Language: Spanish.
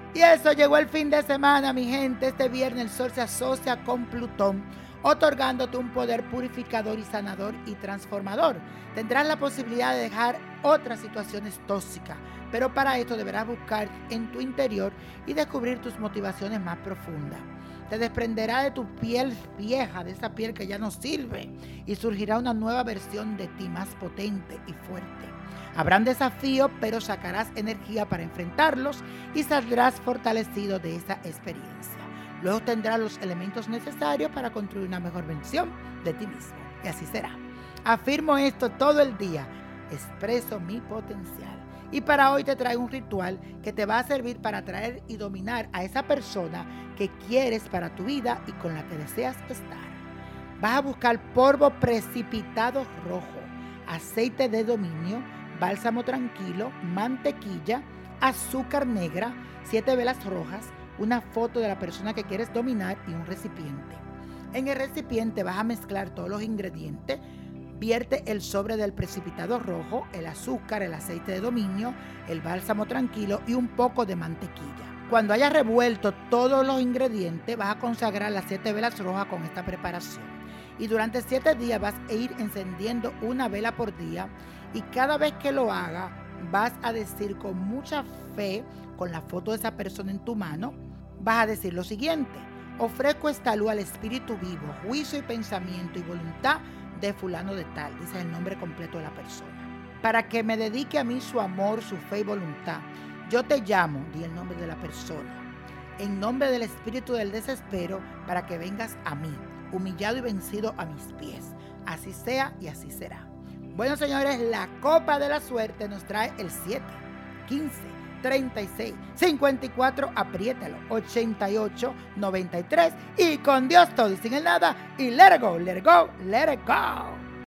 Y eso, llegó el fin de semana, mi gente. Este viernes el Sol se asocia con Plutón, otorgándote un poder purificador y sanador y transformador. Tendrás la posibilidad de dejar otras situaciones tóxicas, pero para esto deberás buscar en tu interior y descubrir tus motivaciones más profundas. Te desprenderá de tu piel vieja, de esa piel que ya no sirve, y surgirá una nueva versión de ti más potente y fuerte. Habrán desafíos, pero sacarás energía para enfrentarlos y saldrás fortalecido de esa experiencia. Luego tendrás los elementos necesarios para construir una mejor versión de ti mismo. Y así será. Afirmo esto todo el día. Expreso mi potencial. Y para hoy te traigo un ritual que te va a servir para atraer y dominar a esa persona que quieres para tu vida y con la que deseas estar. Vas a buscar polvo precipitado rojo, aceite de dominio, bálsamo tranquilo, mantequilla, azúcar negra, 7 velas rojas, una foto de la persona que quieres dominar y un recipiente. En el recipiente vas a mezclar todos los ingredientes. Vierte el sobre del precipitado rojo, el azúcar, el aceite de dominio, el bálsamo tranquilo y un poco de mantequilla. Cuando hayas revuelto todos los ingredientes, vas a consagrar las 7 velas rojas con esta preparación. Y durante 7 días vas a ir encendiendo una vela por día, y cada vez que lo hagas vas a decir con mucha fe, con la foto de esa persona en tu mano, vas a decir lo siguiente: ofrezco esta luz al espíritu vivo, juicio y pensamiento y voluntad de fulano de tal, dice el nombre completo de la persona, para que me dedique a mí su amor, su fe y voluntad. Yo te llamo, di el nombre de la persona, en nombre del espíritu del desespero, para que vengas a mí, humillado y vencido a mis pies. Así sea y así será. Bueno, señores, la copa de la suerte nos trae el 7, 15, 36, 54, apriétalo, 88, 93, y con Dios todo y sin el nada, y let it go, let it go, let it go.